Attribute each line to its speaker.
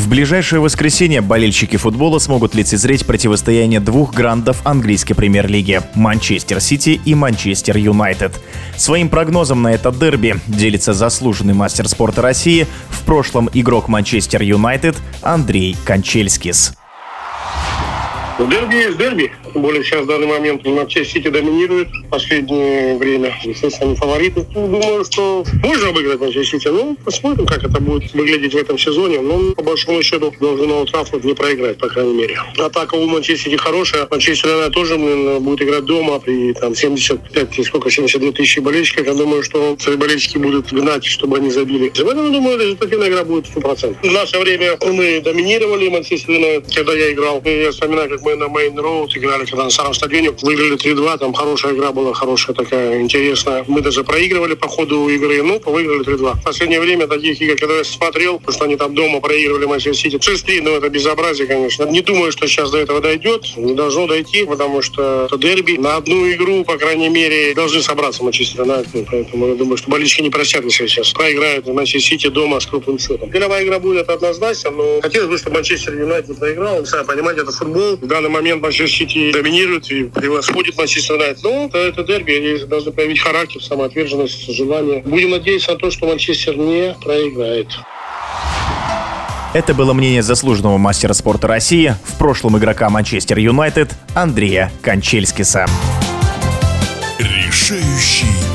Speaker 1: В ближайшее воскресенье болельщики футбола смогут лицезреть противостояние двух грандов английской премьер-лиги – Манчестер Сити и Манчестер Юнайтед. Своим прогнозом на это дерби делится заслуженный мастер спорта России, в прошлом игрок Манчестер Юнайтед Андрей Кончельскис.
Speaker 2: Дерби есть дерби. Тем более сейчас в данный момент Манчестер Сити доминирует в последнее время. Естественно, они фавориты. Думаю, что можно обыграть Манчестер Сити. Ну, посмотрим, как это будет выглядеть в этом сезоне. Но, по большому счету, должны на Олд Траффорд не проиграть, по крайней мере. Атака у Манчестер Сити хорошая. Манчестер Юнайтед тоже будет играть дома при 72 тысячи болельщиков. Я думаю, что свои болельщики будут гнать, чтобы они забили. Поэтому, думаю, результативная игра будет 100%. В наше время мы доминировали Манчестер Юнайтед, когда я играл. Я вспоминаю, как мы на Мейн Роуд играли, когда на старом стадионе выиграли 3-2, там хорошая игра была, хорошая такая, интересная. Мы даже проигрывали по ходу игры, но выиграли 3-2. В последнее время таких игр, когда я смотрел, потому что они там дома проигрывали Манчестер Сити 6-3, но это безобразие, конечно. Не думаю, что сейчас до этого дойдет, не должно дойти, потому что это дерби. На одну игру, по крайней мере, должны собраться Манчестер Юнайтед, поэтому я думаю, что болельщики не простят, если сейчас проиграют Манчестер Сити дома с крупным счетом. Первая игра будет однозначно, но хотелось бы, чтобы Манчестер Юнайтед проиграл. Сами понимаете, это футбол. В данный момент Манчестер Сити доминирует и превосходит Манчестер Юнайтед. Но это дерби, они должны проявить характер, самоотверженность, желание. Будем надеяться на то, что Манчестер не проиграет.
Speaker 1: Это было мнение заслуженного мастера спорта России, в прошлом игрока Манчестер Юнайтед Андрея Кончельскиса.
Speaker 3: Решающий